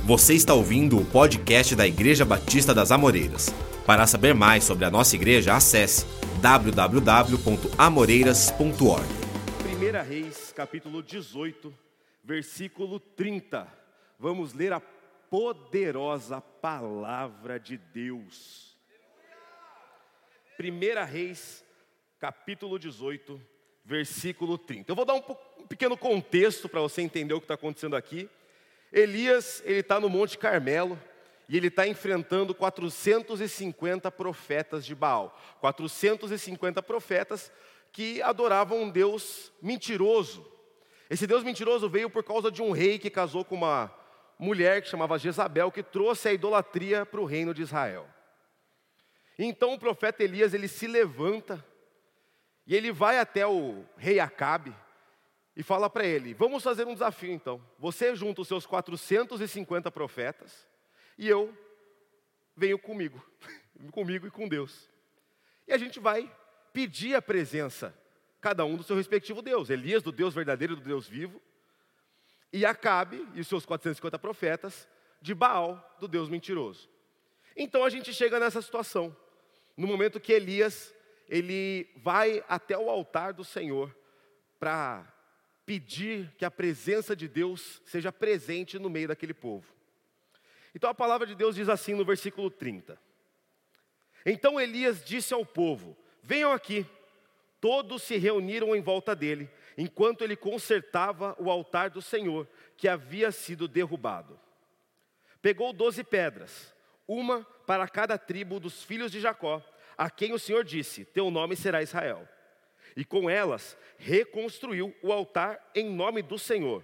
Você está ouvindo o podcast da Igreja Batista das Amoreiras. Para saber mais sobre a nossa igreja, acesse www.amoreiras.org. 1 Reis, capítulo 18, versículo 30. Vamos ler a poderosa palavra de Deus. 1 Reis, capítulo 18, versículo 30. Eu vou dar um pequeno contexto para você entender o que está acontecendo aqui. Elias, ele está no Monte Carmelo e ele está enfrentando 450 profetas de Baal. 450 profetas que adoravam um Deus mentiroso. Esse Deus mentiroso veio por causa de um rei que casou com uma mulher que chamava Jezabel, que trouxe a idolatria para o reino de Israel. Então o profeta Elias, ele se levanta e ele vai até o rei Acabe e fala para ele: vamos fazer um desafio então. Você junta os seus 450 profetas e eu venho comigo e com Deus. E a gente vai pedir a presença, cada um do seu respectivo Deus. Elias do Deus verdadeiro, do Deus vivo, e Acabe e os seus 450 profetas de Baal, do Deus mentiroso. Então a gente chega nessa situação, no momento que Elias, ele vai até o altar do Senhor para pedir que a presença de Deus seja presente no meio daquele povo. Então a palavra de Deus diz assim no versículo 30. Então Elias disse ao povo: venham aqui. Todos se reuniram em volta dele, enquanto ele consertava o altar do Senhor, que havia sido derrubado. Pegou 12 pedras, uma para cada tribo dos filhos de Jacó, a quem o Senhor disse: teu nome será Israel. E com elas reconstruiu o altar em nome do Senhor.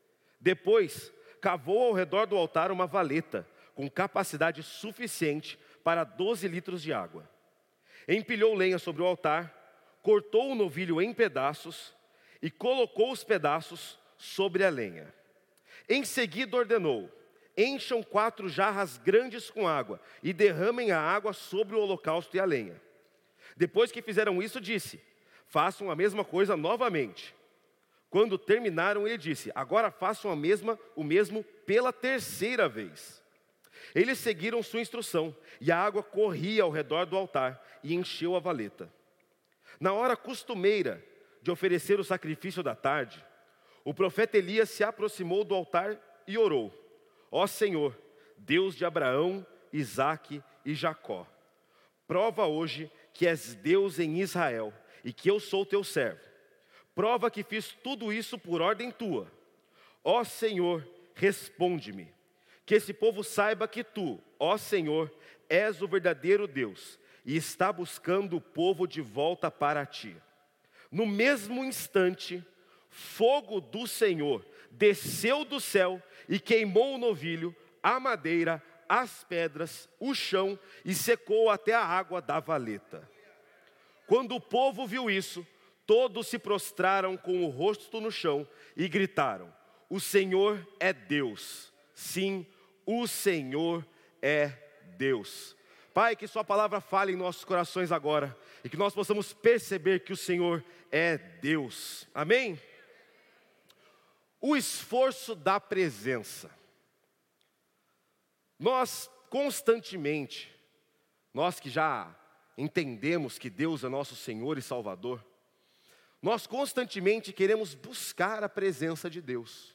Depois cavou ao redor do altar uma valeta com capacidade suficiente para 12 litros de água. Empilhou lenha sobre o altar, cortou o novilho em pedaços e colocou os pedaços sobre a lenha. Em seguida ordenou: encham 4 jarras grandes com água e derramem a água sobre o holocausto e a lenha. Depois que fizeram isso, disse: façam a mesma coisa novamente. Quando terminaram, ele disse: agora façam o mesmo pela 3ª vez. Eles seguiram sua instrução, e a água corria ao redor do altar e encheu a valeta. Na hora costumeira de oferecer o sacrifício da tarde, o profeta Elias se aproximou do altar e orou: ó Senhor, Deus de Abraão, Isaque e Jacó, prova hoje que és Deus em Israel e que eu sou teu servo. Prova que fiz tudo isso por ordem tua. Ó Senhor, responde-me. Que esse povo saiba que tu, ó Senhor, és o verdadeiro Deus e está buscando o povo de volta para ti. No mesmo instante, fogo do Senhor desceu do céu e queimou o novilho, a madeira, as pedras, o chão e secou até a água da valeta. Quando o povo viu isso, todos se prostraram com o rosto no chão e gritaram: o Senhor é Deus. Sim, o Senhor é Deus. Pai, que sua palavra fale em nossos corações agora e que nós possamos perceber que o Senhor é Deus. Amém? O esforço da presença. Nós constantemente, nós que já entendemos que Deus é nosso Senhor e Salvador, nós constantemente queremos buscar a presença de Deus.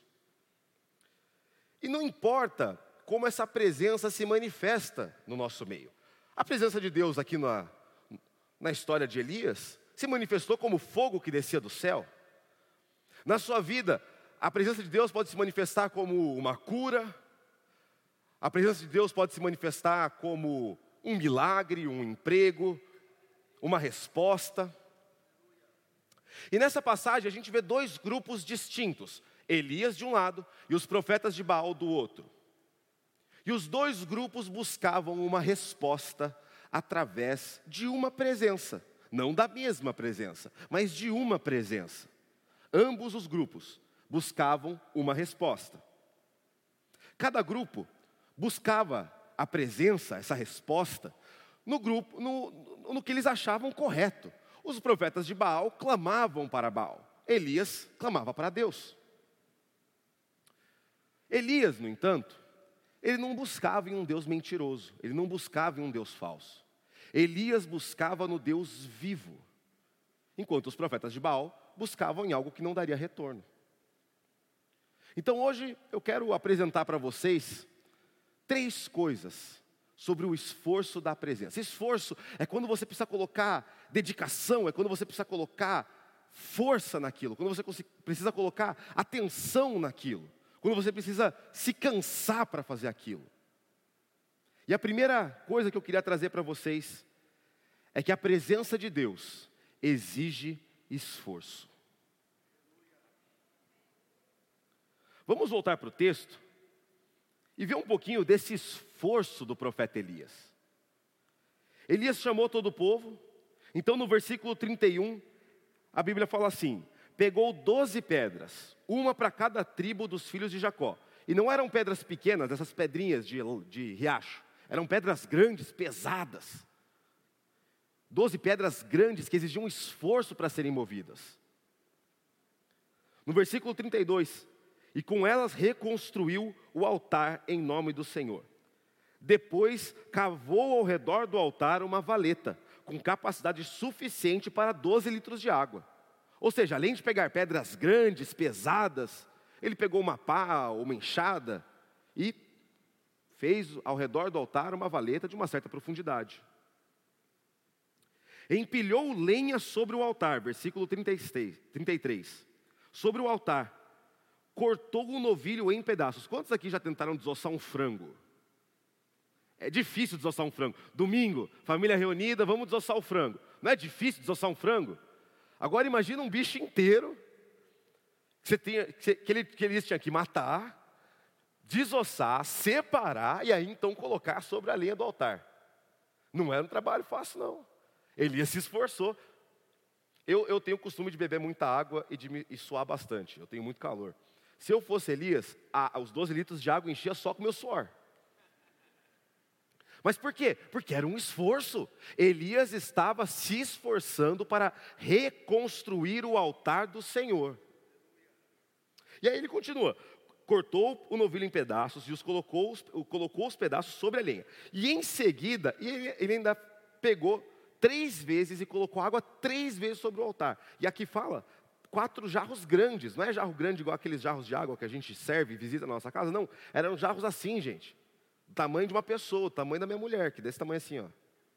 E não importa como essa presença se manifesta no nosso meio. A presença de Deus aqui na história de Elias se manifestou como fogo que descia do céu. Na sua vida, a presença de Deus pode se manifestar como uma cura. A presença de Deus pode se manifestar como um milagre, um emprego, uma resposta. E nessa passagem a gente vê 2 grupos distintos: Elias de um lado e os profetas de Baal do outro. E os 2 grupos buscavam uma resposta através de uma presença. Não da mesma presença, mas de uma presença. Ambos os grupos buscavam uma resposta. Cada grupo buscava a presença, essa resposta, no que eles achavam correto. Os profetas de Baal clamavam para Baal. Elias clamava para Deus. Elias, no entanto, ele não buscava em um Deus mentiroso, ele não buscava em um Deus falso. Elias buscava no Deus vivo, enquanto os profetas de Baal buscavam em algo que não daria retorno. Então hoje eu quero apresentar para vocês 3 coisas sobre o esforço da presença. Esforço é quando você precisa colocar dedicação, é quando você precisa colocar força naquilo, quando você precisa colocar atenção naquilo, quando você precisa se cansar para fazer aquilo. E a primeira coisa que eu queria trazer para vocês é que a presença de Deus exige esforço. Vamos voltar para o texto e ver um pouquinho desse esforço do profeta Elias. Elias chamou todo o povo. Então no versículo 31, a Bíblia fala assim: pegou 12 pedras, uma para cada tribo dos filhos de Jacó. E não eram pedras pequenas, essas pedrinhas de riacho. Eram pedras grandes, pesadas. 12 pedras grandes que exigiam esforço para serem movidas. No versículo 32, e com elas reconstruiu o altar em nome do Senhor. Depois cavou ao redor do altar uma valeta, com capacidade suficiente para 12 litros de água. Ou seja, além de pegar pedras grandes, pesadas, ele pegou uma pá, uma enxada e fez ao redor do altar uma valeta de uma certa profundidade. Empilhou lenha sobre o altar, versículo 33. Sobre o altar, cortou o novilho em pedaços. Quantos aqui já tentaram desossar um frango? É difícil desossar um frango. Domingo, família reunida, vamos desossar o frango. Não é difícil desossar um frango? Agora imagina um bicho inteiro que eles tinham que matar, desossar, separar e aí então colocar sobre a lenha do altar. Não era um trabalho fácil não. Elias se esforçou. Eu tenho o costume de beber muita água e suar bastante. Eu tenho muito calor. Se eu fosse Elias, os 12 litros de água enchia só com o meu suor. Mas por quê? Porque era um esforço. Elias estava se esforçando para reconstruir o altar do Senhor. E aí ele continua. Cortou o novilho em pedaços e colocou os pedaços sobre a lenha. E em seguida, ele ainda pegou 3 vezes e colocou água 3 vezes sobre o altar. E aqui fala 4 jarros grandes. Não é jarro grande igual aqueles jarros de água que a gente serve e visita na nossa casa. Não, eram jarros assim, gente. Do tamanho de uma pessoa, o tamanho da minha mulher, que desse tamanho assim, ó.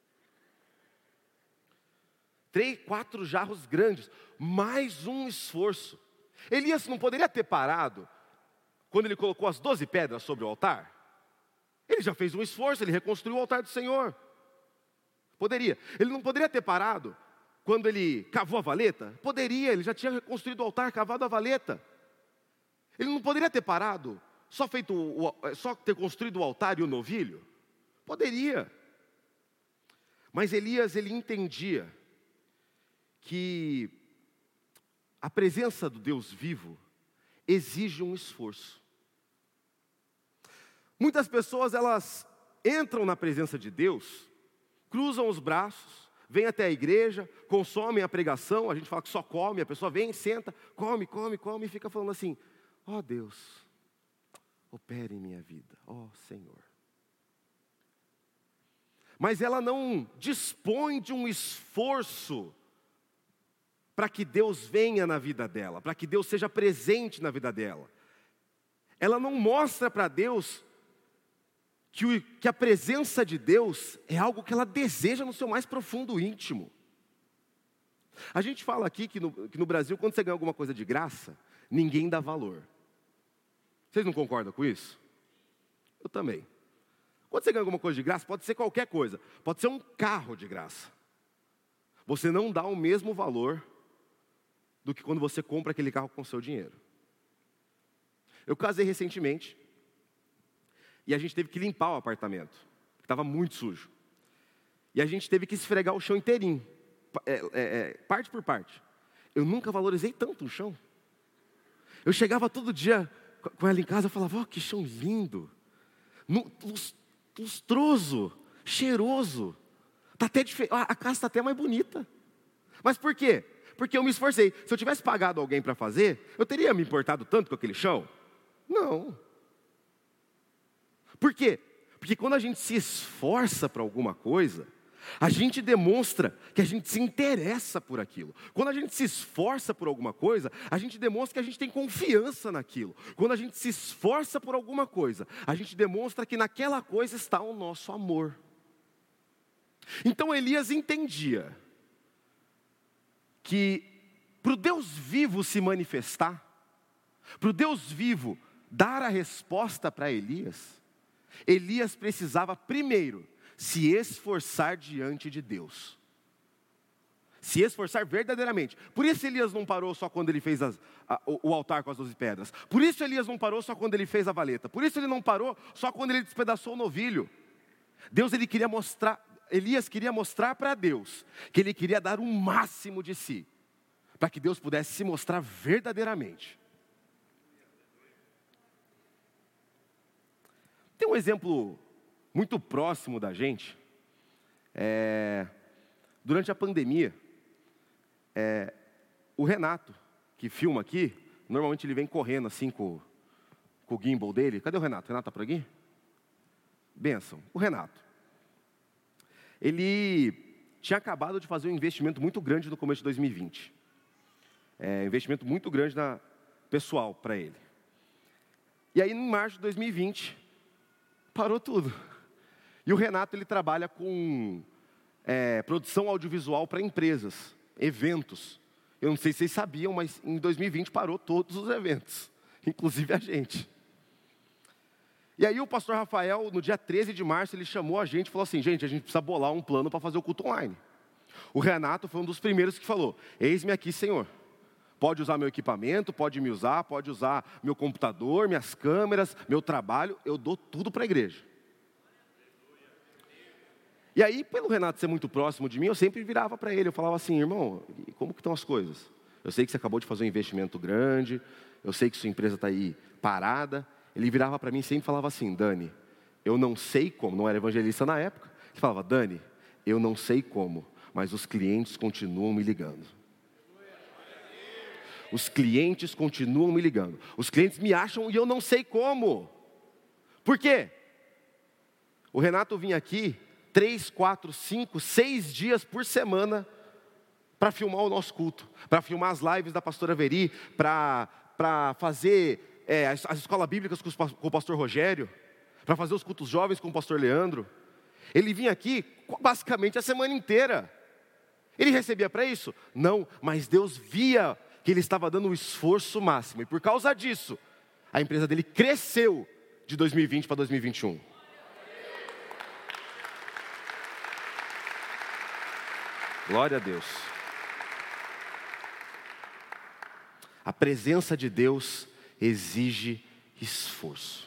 4 jarros grandes, mais um esforço. Elias não poderia ter parado quando ele colocou as 12 pedras sobre o altar? Ele já fez um esforço, ele reconstruiu o altar do Senhor. Poderia. Ele não poderia ter parado quando ele cavou a valeta? Poderia, ele já tinha reconstruído o altar, cavado a valeta. Ele não poderia ter parado, só ter construído o altar e o novilho? Poderia. Mas Elias, ele entendia que a presença do Deus vivo exige um esforço. Muitas pessoas, elas entram na presença de Deus, cruzam os braços, vêm até a igreja, consomem a pregação, a gente fala que só come, a pessoa vem, senta, come e fica falando assim: ó Deus, opere em minha vida, ó Senhor. Mas ela não dispõe de um esforço para que Deus venha na vida dela, para que Deus seja presente na vida dela. Ela não mostra para Deus que a presença de Deus é algo que ela deseja no seu mais profundo íntimo. A gente fala aqui que no Brasil, quando você ganha alguma coisa de graça, ninguém dá valor. Vocês não concordam com isso? Eu também. Quando você ganha alguma coisa de graça, pode ser qualquer coisa. Pode ser um carro de graça. Você não dá o mesmo valor do que quando você compra aquele carro com o seu dinheiro. Eu casei recentemente e a gente teve que limpar o apartamento, que estava muito sujo. E a gente teve que esfregar o chão inteirinho, parte por parte. Eu nunca valorizei tanto o chão. Eu chegava todo dia com ela em casa e falava: ó, que chão lindo, lustroso, cheiroso. Tá até a casa está até mais bonita. Mas por quê? Porque eu me esforcei. Se eu tivesse pagado alguém para fazer, eu teria me importado tanto com aquele chão? Não. Por quê? Porque quando a gente se esforça para alguma coisa, a gente demonstra que a gente se interessa por aquilo. Quando a gente se esforça por alguma coisa, a gente demonstra que a gente tem confiança naquilo. Quando a gente se esforça por alguma coisa, a gente demonstra que naquela coisa está o nosso amor. Então Elias entendia que para o Deus vivo se manifestar, para o Deus vivo dar a resposta para Elias, Elias precisava primeiro se esforçar diante de Deus. Se esforçar verdadeiramente. Por isso Elias não parou só quando ele fez o altar com as 12 pedras. Por isso Elias não parou só quando ele fez a valeta. Por isso ele não parou só quando ele despedaçou o novilho. Elias queria mostrar para Deus que ele queria dar o máximo de si, para que Deus pudesse se mostrar verdadeiramente. Tem um exemplo muito próximo da gente. Durante a pandemia, o Renato, que filma aqui, normalmente ele vem correndo assim com o gimbal dele. Cadê o Renato? O Renato está por aqui? Bênção. O Renato. Ele tinha acabado de fazer um investimento muito grande no começo de 2020. Investimento muito grande pessoal para ele. E aí, em março de 2020, parou tudo. E o Renato, ele trabalha com produção audiovisual para empresas, eventos. Eu não sei se vocês sabiam, mas em 2020 parou todos os eventos, inclusive a gente. E aí o pastor Rafael, no dia 13 de março, ele chamou a gente e falou assim: gente, a gente precisa bolar um plano para fazer o culto online. O Renato foi um dos primeiros que falou: eis-me aqui, Senhor. Pode usar meu equipamento, pode me usar, pode usar meu computador, minhas câmeras, meu trabalho, eu dou tudo para a igreja. E aí, pelo Renato ser muito próximo de mim, eu sempre virava para ele, eu falava assim: irmão, como que estão as coisas? Eu sei que você acabou de fazer um investimento grande, eu sei que sua empresa está aí parada. Ele virava para mim e sempre falava assim: Dani, eu não sei como, não era evangelista na época. Ele falava: Dani, eu não sei como, mas os clientes continuam me ligando. Os clientes continuam me ligando. Os clientes me acham e eu não sei como. Por quê? O Renato vinha aqui 3, 4, 5, 6 dias por semana para filmar o nosso culto, para filmar as lives da pastora Veri, para fazer as escolas bíblicas com o pastor Rogério, para fazer os cultos jovens com o pastor Leandro. Ele vinha aqui basicamente a semana inteira. Ele recebia para isso? Não, mas Deus via que ele estava dando o esforço máximo. E por causa disso, a empresa dele cresceu de 2020 para 2021. Glória a Deus. A presença de Deus exige esforço.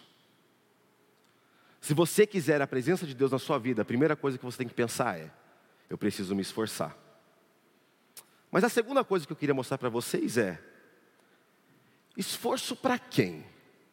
Se você quiser a presença de Deus na sua vida, a primeira coisa que você tem que pensar é: eu preciso me esforçar. Mas a segunda coisa que eu queria mostrar para vocês é: esforço para quem?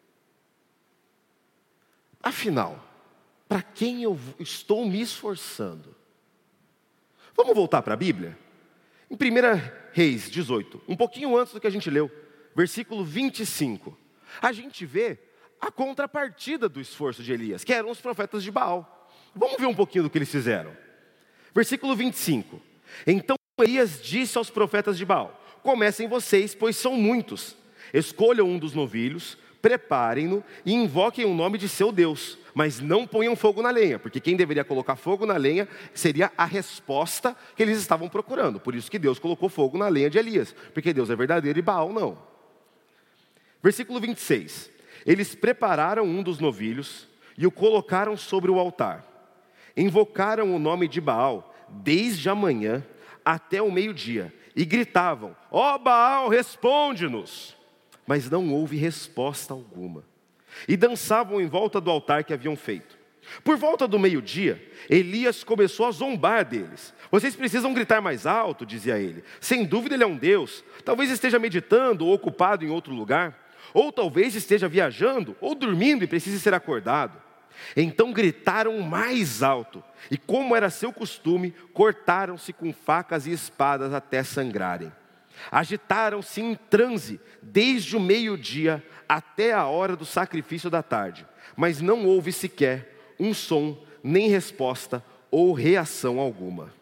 Afinal, para quem eu estou me esforçando? Vamos voltar para a Bíblia? Em 1 Reis 18, um pouquinho antes do que a gente leu, versículo 25, a gente vê a contrapartida do esforço de Elias, que eram os profetas de Baal. Vamos ver um pouquinho do que eles fizeram. Versículo 25. Então Elias disse aos profetas de Baal: comecem vocês, pois são muitos. Escolham um dos novilhos, preparem-no e invoquem o nome de seu Deus. Mas não ponham fogo na lenha, porque quem deveria colocar fogo na lenha seria a resposta que eles estavam procurando. Por isso que Deus colocou fogo na lenha de Elias, porque Deus é verdadeiro e Baal não. Versículo 26. Eles prepararam um dos novilhos e o colocaram sobre o altar. Invocaram o nome de Baal desde a manhã até o meio-dia e gritavam: ó Baal, responde-nos! Mas não houve resposta alguma. E dançavam em volta do altar que haviam feito. Por volta do meio-dia, Elias começou a zombar deles. Vocês precisam gritar mais alto, dizia ele. Sem dúvida ele é um Deus. Talvez esteja meditando ou ocupado em outro lugar. Ou talvez esteja viajando ou dormindo e precise ser acordado. Então gritaram mais alto. E como era seu costume, cortaram-se com facas e espadas até sangrarem. Agitaram-se em transe desde o meio-dia até a hora do sacrifício da tarde, mas não houve sequer um som, nem resposta ou reação alguma.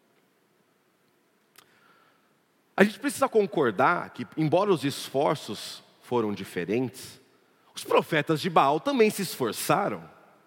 A gente precisa concordar que, embora os esforços foram diferentes, os profetas de Baal também se esforçaram.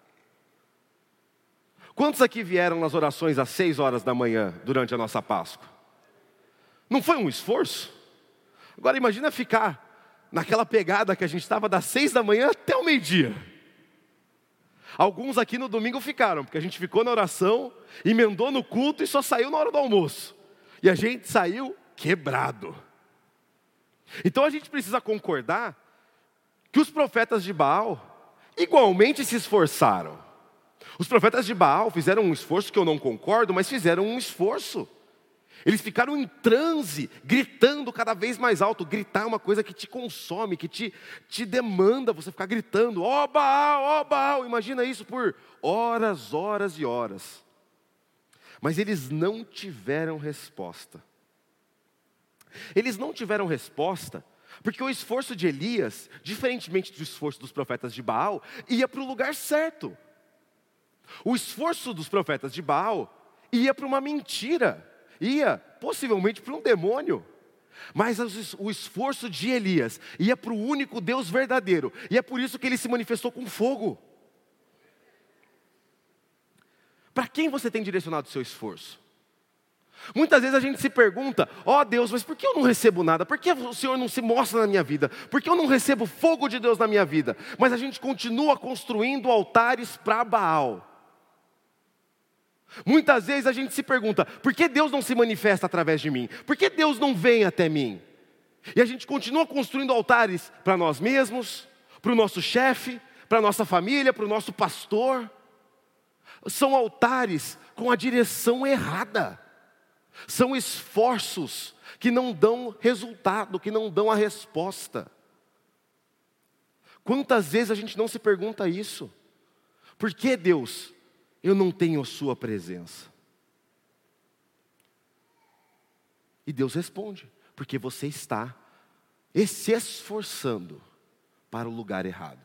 Quantos aqui vieram nas orações às 6 horas da manhã durante a nossa Páscoa? Não foi um esforço? Agora imagina ficar naquela pegada que a gente estava das 6 da manhã até o meio-dia. Alguns aqui no domingo ficaram, porque a gente ficou na oração, emendou no culto e só saiu na hora do almoço. E a gente saiu quebrado. Então a gente precisa concordar que os profetas de Baal igualmente se esforçaram. Os profetas de Baal fizeram um esforço que eu não concordo, mas fizeram um esforço. Eles ficaram em transe, gritando cada vez mais alto. Gritar é uma coisa que te consome, que te demanda você ficar gritando, ó Baal, ó Baal. Imagina isso por horas, horas e horas. Mas eles não tiveram resposta. Eles não tiveram resposta porque o esforço de Elias, diferentemente do esforço dos profetas de Baal, ia para o lugar certo. O esforço dos profetas de Baal ia para uma mentira, ia possivelmente para um demônio. Mas o esforço de Elias ia para o único Deus verdadeiro, e é por isso que ele se manifestou com fogo. Para quem você tem direcionado o seu esforço? Muitas vezes a gente se pergunta, ó Deus, mas por que eu não recebo nada? Por que o Senhor não se mostra na minha vida? Por que eu não recebo fogo de Deus na minha vida? Mas a gente continua construindo altares para Baal. Muitas vezes a gente se pergunta, por que Deus não se manifesta através de mim? Por que Deus não vem até mim? E a gente continua construindo altares para nós mesmos, para o nosso chefe, para a nossa família, para o nosso pastor. São altares com a direção errada. São esforços que não dão resultado, que não dão a resposta. Quantas vezes a gente não se pergunta isso? Por que, Deus, eu não tenho a sua presença? E Deus responde, porque você está se esforçando para o lugar errado.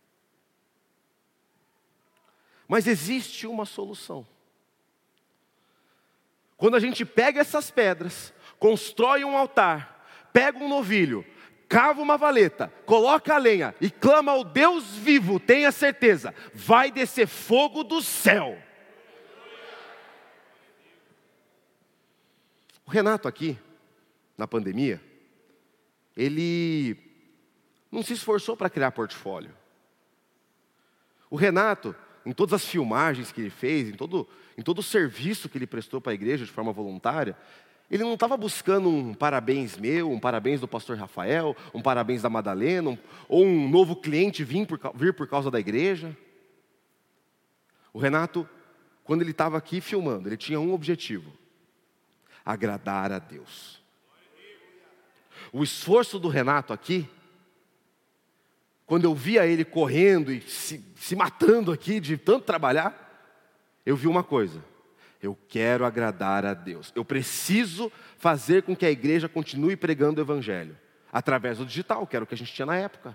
Mas existe uma solução. Quando a gente pega essas pedras, constrói um altar, pega um novilho, cava uma valeta, coloca a lenha e clama ao Deus vivo, tenha certeza, vai descer fogo do céu. O Renato aqui, na pandemia, ele não se esforçou para criar portfólio. O Renato, em todas as filmagens que ele fez, em todo o serviço que ele prestou para a igreja de forma voluntária, ele não estava buscando um parabéns meu, um parabéns do pastor Rafael, um parabéns da Madalena, ou um novo cliente vir por causa da igreja. O Renato, quando ele estava aqui filmando, ele tinha um objetivo: agradar a Deus. O esforço do Renato aqui, quando eu via ele correndo e se matando aqui de tanto trabalhar, eu vi uma coisa: eu quero agradar a Deus. Eu preciso fazer com que a igreja continue pregando o evangelho através do digital, que era o que a gente tinha na época.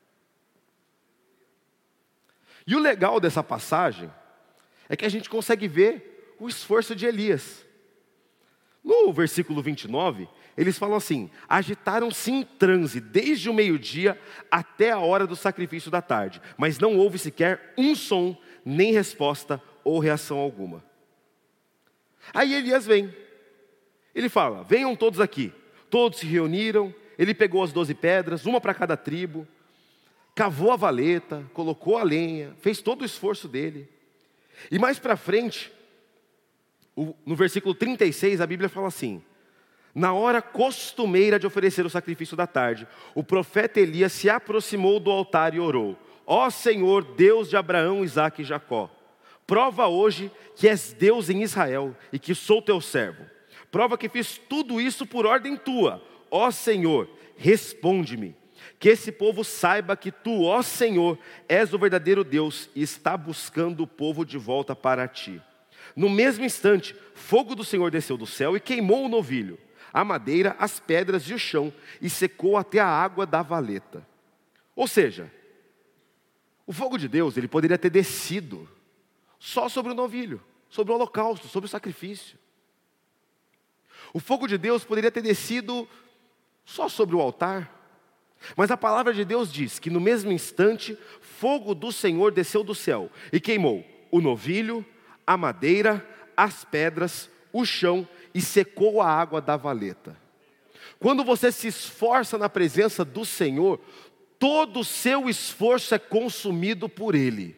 E o legal dessa passagem é que a gente consegue ver o esforço de Elias. No versículo 29, eles falam assim: agitaram-se em transe desde o meio-dia até a hora do sacrifício da tarde, mas não houve sequer um som, nem resposta ou reação alguma. Aí Elias vem, ele fala: venham todos aqui. Todos se reuniram, ele pegou as 12 pedras, uma para cada tribo, cavou a valeta, colocou a lenha, fez todo o esforço dele. E mais para frente, no versículo 36, a Bíblia fala assim: na hora costumeira de oferecer o sacrifício da tarde, o profeta Elias se aproximou do altar e orou: ó Senhor, Deus de Abraão, Isaque e Jacó, prova hoje que és Deus em Israel e que sou teu servo. Prova que fiz tudo isso por ordem tua. Ó Senhor, responde-me. Que esse povo saiba que tu, ó Senhor, és o verdadeiro Deus e está buscando o povo de volta para ti. No mesmo instante, fogo do Senhor desceu do céu e queimou o novilho. a madeira, as pedras e o chão, e secou até a água da valeta. Ou seja, o fogo de Deus, ele poderia ter descido só sobre o novilho, sobre o holocausto, sobre o sacrifício. O fogo de Deus poderia ter descido só sobre o altar. Mas a palavra de Deus diz que no mesmo instante, fogo do Senhor desceu do céu e queimou o novilho, a madeira, as pedras, o chão e secou a água da valeta. Quando você se esforça na presença do Senhor, todo o seu esforço é consumido por Ele.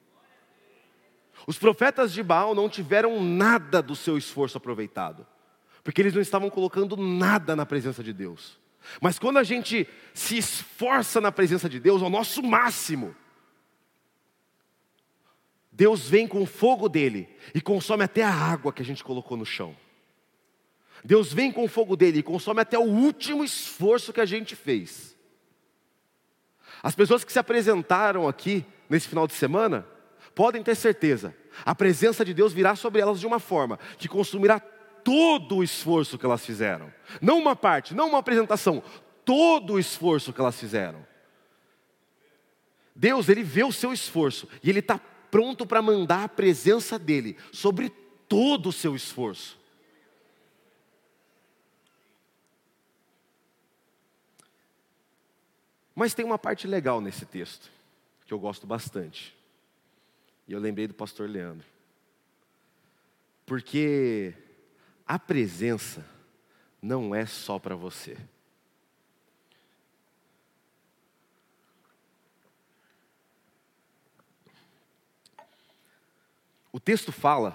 Os profetas de Baal não tiveram nada do seu esforço aproveitado, porque eles não estavam colocando nada na presença de Deus. Mas quando a gente se esforça na presença de Deus, ao nosso máximo, Deus vem com o fogo dele e consome até a água que a gente colocou no chão. Deus vem com o fogo dele e consome até o último esforço que a gente fez. As pessoas que se apresentaram aqui nesse final de semana, podem ter certeza, a presença de Deus virá sobre elas de uma forma que consumirá todo o esforço que elas fizeram. Não uma parte, não uma apresentação, todo o esforço que elas fizeram. Deus, Ele vê o seu esforço e Ele está pronto para mandar a presença dEle sobre todo o seu esforço. Mas tem uma parte legal nesse texto, que eu gosto bastante. E eu lembrei do pastor Leandro. Porque a presença não é só para você. O texto fala,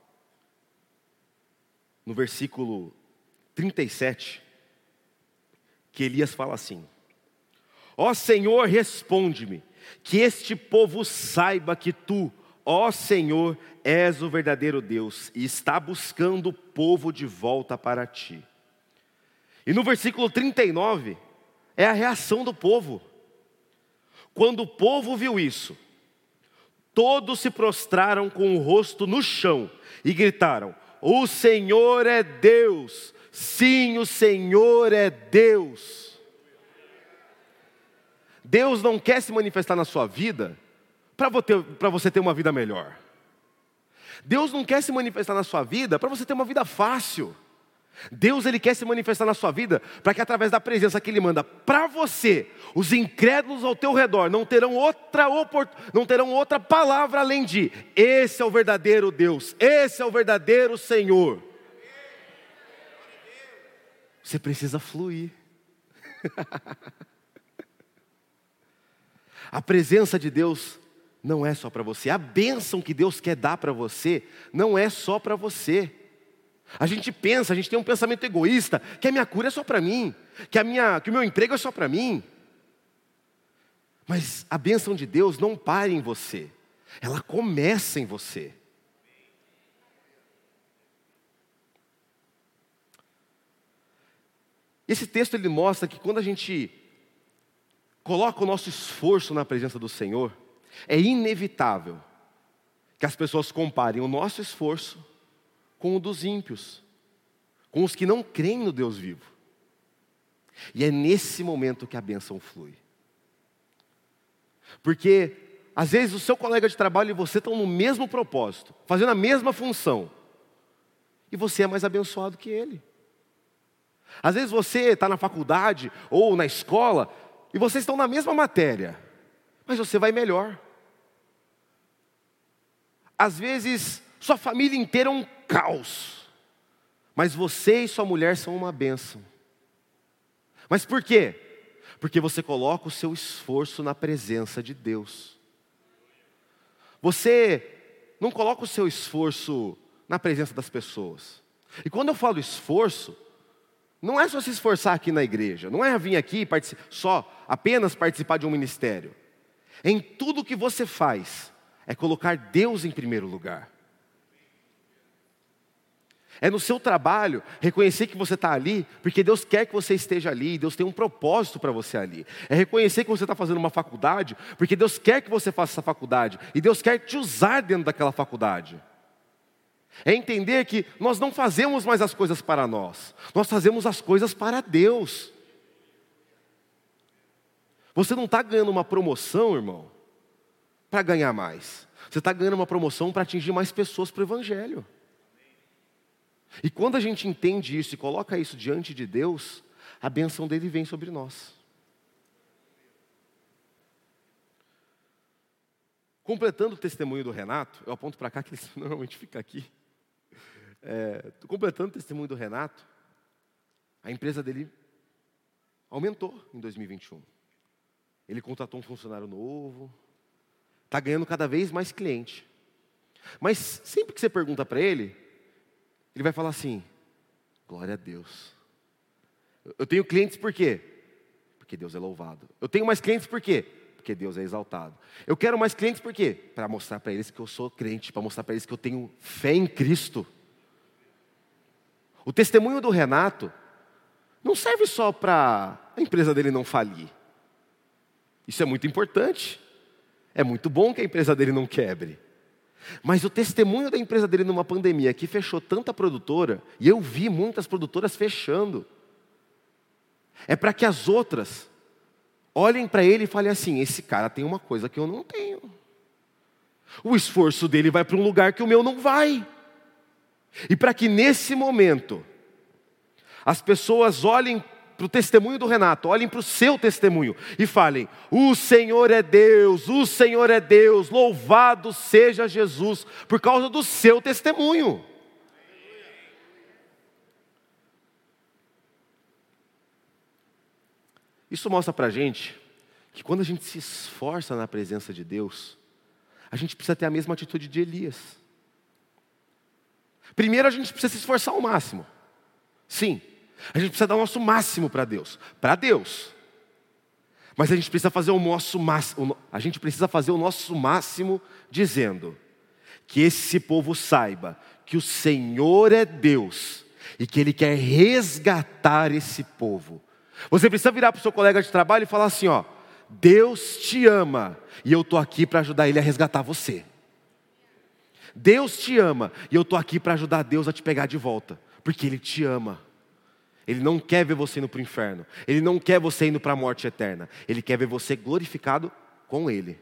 no versículo 37, que Elias fala assim: ó Senhor, responde-me, que este povo saiba que tu, ó Senhor, és o verdadeiro Deus e está buscando o povo de volta para ti. E no versículo 39, é a reação do povo. Quando o povo viu isso, todos se prostraram com o rosto no chão e gritaram: o Senhor é Deus, sim, o Senhor é Deus. Deus não quer se manifestar na sua vida para você ter uma vida melhor. Deus não quer se manifestar na sua vida para você ter uma vida fácil. Deus, Ele quer se manifestar na sua vida para que através da presença que Ele manda para você, os incrédulos ao teu redor não terão outra palavra além de: esse é o verdadeiro Deus, esse é o verdadeiro Senhor. Você precisa fluir. A presença de Deus não é só para você. A bênção que Deus quer dar para você não é só para você. A gente tem um pensamento egoísta, que a minha cura é só para mim, que o meu emprego é só para mim. Mas a bênção de Deus não para em você, ela começa em você. Esse texto ele mostra que quando a gente coloca o nosso esforço na presença do Senhor, é inevitável que as pessoas comparem o nosso esforço com o dos ímpios, com os que não creem no Deus vivo. E é nesse momento que a bênção flui. Porque às vezes o seu colega de trabalho e você estão no mesmo propósito, fazendo a mesma função, e você é mais abençoado que ele. Às vezes você está na faculdade ou na escola e vocês estão na mesma matéria, mas você vai melhor. Às vezes sua família inteira é um caos, mas você e sua mulher são uma bênção. Mas por quê? Porque você coloca o seu esforço na presença de Deus. Você não coloca o seu esforço na presença das pessoas. E quando eu falo esforço, não é só se esforçar aqui na igreja, não é vir aqui apenas participar de um ministério. Em tudo que você faz, é colocar Deus em primeiro lugar. É no seu trabalho, reconhecer que você está ali, porque Deus quer que você esteja ali, Deus tem um propósito para você ali. É reconhecer que você está fazendo uma faculdade, porque Deus quer que você faça essa faculdade, e Deus quer te usar dentro daquela faculdade. É entender que nós não fazemos mais as coisas para nós fazemos as coisas para Deus. Você não está ganhando uma promoção, irmão, para ganhar mais. Você está ganhando uma promoção para atingir mais pessoas para o Evangelho. E quando a gente entende isso e coloca isso diante de Deus, a bênção dele vem sobre nós. Completando o testemunho do Renato, eu aponto para cá que ele normalmente fica aqui. Completando o testemunho do Renato, a empresa dele aumentou em 2021. Ele contratou um funcionário novo, está ganhando cada vez mais cliente. Mas sempre que você pergunta para ele vai falar assim: glória a Deus. Eu tenho clientes por quê? Porque Deus é louvado. Eu tenho mais clientes por quê? Porque Deus é exaltado. Eu quero mais clientes por quê? Para mostrar para eles que eu sou crente, para mostrar para eles que eu tenho fé em Cristo. O testemunho do Renato não serve só para a empresa dele não falir. Isso é muito importante. É muito bom que a empresa dele não quebre. Mas o testemunho da empresa dele numa pandemia que fechou tanta produtora, e eu vi muitas produtoras fechando, é para que as outras olhem para ele e falem assim: esse cara tem uma coisa que eu não tenho. O esforço dele vai para um lugar que o meu não vai. E para que nesse momento as pessoas olhem para o testemunho do Renato, olhem para o seu testemunho e falem: o Senhor é Deus, louvado seja Jesus, por causa do seu testemunho. Isso mostra para a gente que quando a gente se esforça na presença de Deus, a gente precisa ter a mesma atitude de Elias. Primeiro a gente precisa se esforçar ao máximo. Sim, a gente precisa dar o nosso máximo para Deus. Mas a gente precisa fazer o nosso máximo. A gente precisa fazer o nosso máximo dizendo que esse povo saiba que o Senhor é Deus e que Ele quer resgatar esse povo. Você precisa virar para o seu colega de trabalho e falar assim: ó, Deus te ama e eu estou aqui para ajudar Ele a resgatar você. Deus te ama e eu estou aqui para ajudar Deus a te pegar de volta, porque Ele te ama. Ele não quer ver você indo para o inferno. Ele não quer você indo para a morte eterna. Ele quer ver você glorificado com Ele.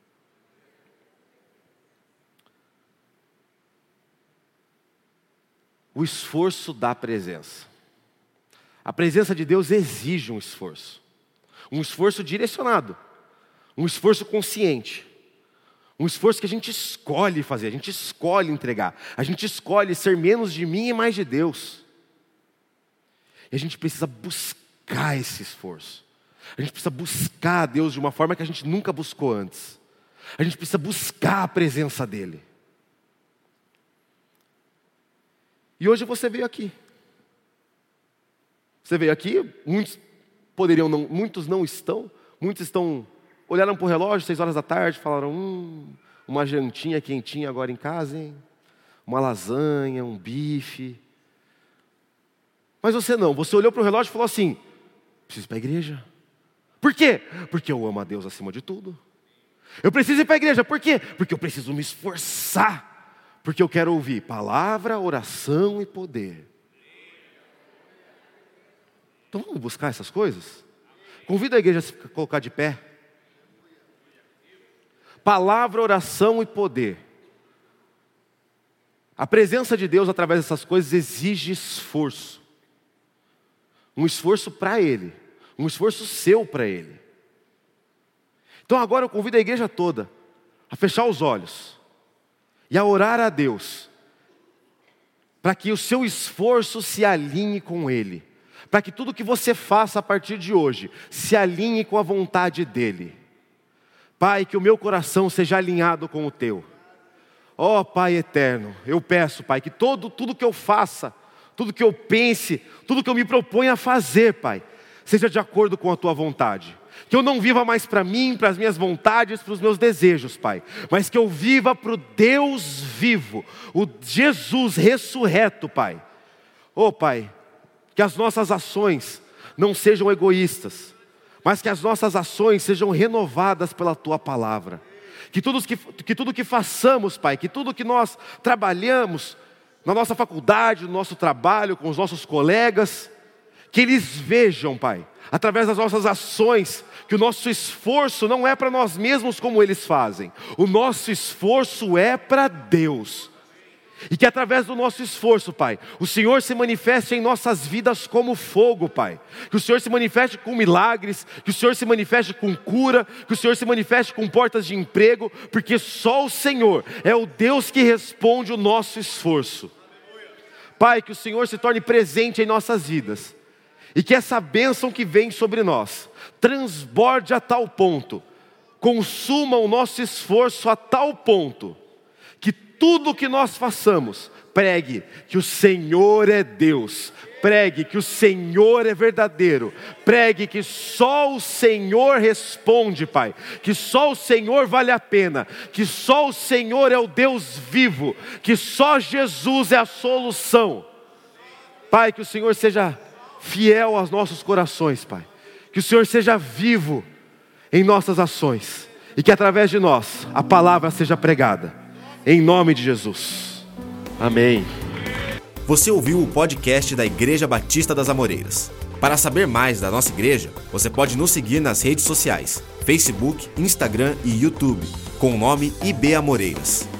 O esforço da presença. A presença de Deus exige um esforço direcionado, um esforço consciente, um esforço que a gente escolhe fazer, a gente escolhe entregar, a gente escolhe ser menos de mim e mais de Deus. E a gente precisa buscar esse esforço. A gente precisa buscar a Deus de uma forma que a gente nunca buscou antes. A gente precisa buscar a presença dEle. E hoje você veio aqui. Você veio aqui, muitos poderiam não, muitos não estão. Muitos olharam para o relógio, 6 horas da tarde, falaram: uma jantinha quentinha agora em casa, hein? Uma lasanha, um bife. Mas você não, você olhou para o relógio e falou assim: preciso ir para a igreja. Por quê? Porque eu amo a Deus acima de tudo. Eu preciso ir para a igreja, por quê? Porque eu preciso me esforçar. Porque eu quero ouvir palavra, oração e poder. Então vamos buscar essas coisas? Convido a igreja a se colocar de pé. Palavra, oração e poder. A presença de Deus através dessas coisas exige esforço. Um esforço para Ele. Um esforço seu para Ele. Então agora eu convido a igreja toda a fechar os olhos e a orar a Deus para que o seu esforço se alinhe com Ele. Para que tudo que você faça a partir de hoje se alinhe com a vontade dEle. Pai, que o meu coração seja alinhado com o Teu. Ó Pai eterno, eu peço, Pai, que tudo que eu faça, tudo que eu pense, tudo que eu me proponho a fazer, Pai, seja de acordo com a Tua vontade. Que eu não viva mais para mim, para as minhas vontades, para os meus desejos, Pai. Mas que eu viva para o Deus vivo, o Jesus ressurreto, Pai. Ó Pai, que as nossas ações não sejam egoístas, mas que as nossas ações sejam renovadas pela Tua palavra. Que tudo que façamos, Pai, que tudo que nós trabalhamos, na nossa faculdade, no nosso trabalho, com os nossos colegas, que eles vejam, Pai, através das nossas ações, que o nosso esforço não é para nós mesmos como eles fazem, o nosso esforço é para Deus. E que através do nosso esforço, Pai, o Senhor se manifeste em nossas vidas como fogo, Pai. Que o Senhor se manifeste com milagres, que o Senhor se manifeste com cura, que o Senhor se manifeste com portas de emprego, porque só o Senhor é o Deus que responde o nosso esforço. Pai, que o Senhor se torne presente em nossas vidas, e que essa bênção que vem sobre nós transborde a tal ponto, consuma o nosso esforço a tal ponto, que tudo que nós façamos, pregue que o Senhor é Deus, pregue que o Senhor é verdadeiro, pregue que só o Senhor responde, Pai, que só o Senhor vale a pena, que só o Senhor é o Deus vivo, que só Jesus é a solução. Pai, que o Senhor seja fiel aos nossos corações, Pai, que o Senhor seja vivo em nossas ações, e que através de nós a palavra seja pregada. Em nome de Jesus. Amém. Você ouviu o podcast da Igreja Batista das Amoreiras. Para saber mais da nossa igreja, você pode nos seguir nas redes sociais, Facebook, Instagram e YouTube, com o nome IB Amoreiras.